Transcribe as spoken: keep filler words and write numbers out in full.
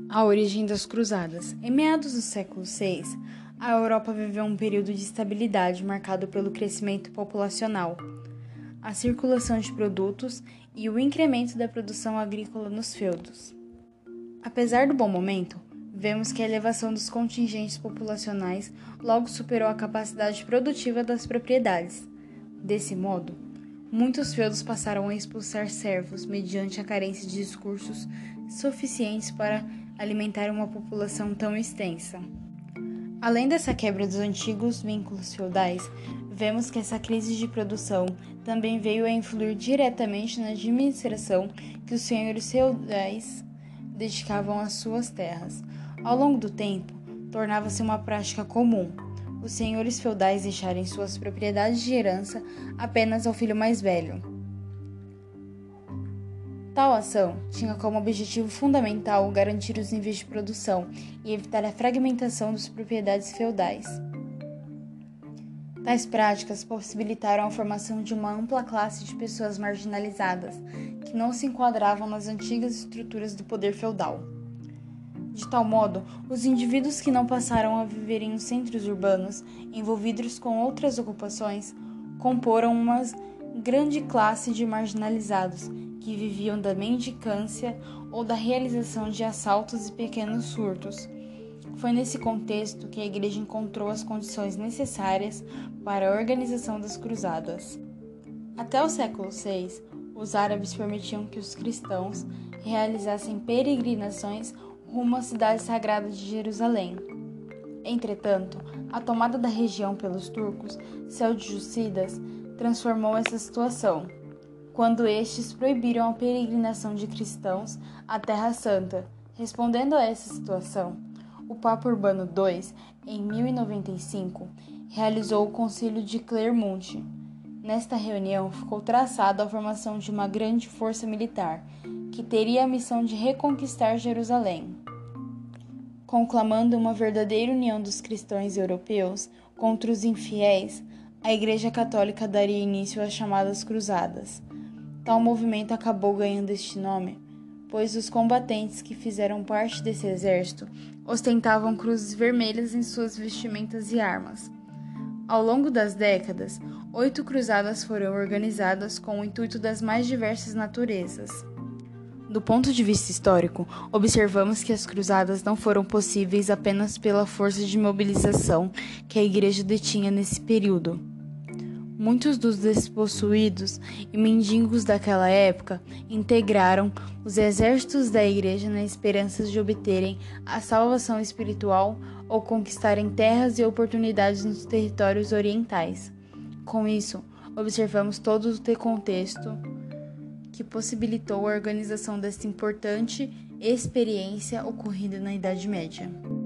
A origem das cruzadas. Em meados do século seis, a Europa viveu um período de estabilidade marcado pelo crescimento populacional, a circulação de produtos e o incremento da produção agrícola nos feudos. Apesar do bom momento, vemos que a elevação dos contingentes populacionais logo superou a capacidade produtiva das propriedades. Desse modo, muitos feudos passaram a expulsar servos mediante a carência de recursos suficientes para alimentar uma população tão extensa. Além dessa quebra dos antigos vínculos feudais, vemos que essa crise de produção também veio a influir diretamente na administração que os senhores feudais dedicavam às suas terras. Ao longo do tempo, tornava-se uma prática comum os senhores feudais deixarem suas propriedades de herança apenas ao filho mais velho. Tal ação tinha como objetivo fundamental garantir os níveis de produção e evitar a fragmentação das propriedades feudais. Tais práticas possibilitaram a formação de uma ampla classe de pessoas marginalizadas que não se enquadravam nas antigas estruturas do poder feudal. De tal modo, os indivíduos que não passaram a viver em centros urbanos, envolvidos com outras ocupações, comporam uma grande classe de marginalizados que viviam da mendicância ou da realização de assaltos e pequenos furtos. Foi nesse contexto que a Igreja encontrou as condições necessárias para a organização das cruzadas. Até o século seis, os árabes permitiam que os cristãos realizassem peregrinações rumo à cidade sagrada de Jerusalém. Entretanto, a tomada da região pelos turcos seljúcidas transformou essa situação, quando estes proibiram a peregrinação de cristãos à Terra Santa. Respondendo a essa situação, o Papa Urbano dois, em mil e noventa e cinco, realizou o Concílio de Clermont. Nesta reunião ficou traçada a formação de uma grande força militar, que teria a missão de reconquistar Jerusalém. Conclamando uma verdadeira união dos cristãos europeus contra os infiéis, a Igreja Católica daria início às chamadas Cruzadas. Tal movimento acabou ganhando este nome, pois os combatentes que fizeram parte desse exército ostentavam cruzes vermelhas em suas vestimentas e armas. Ao longo das décadas, oito cruzadas foram organizadas com o intuito das mais diversas naturezas. Do ponto de vista histórico, observamos que as cruzadas não foram possíveis apenas pela força de mobilização que a Igreja detinha nesse período. Muitos dos despossuídos e mendigos daquela época integraram os exércitos da Igreja na esperança de obterem a salvação espiritual ou conquistarem terras e oportunidades nos territórios orientais. Com isso, observamos todo o contexto que possibilitou a organização desta importante experiência ocorrida na Idade Média.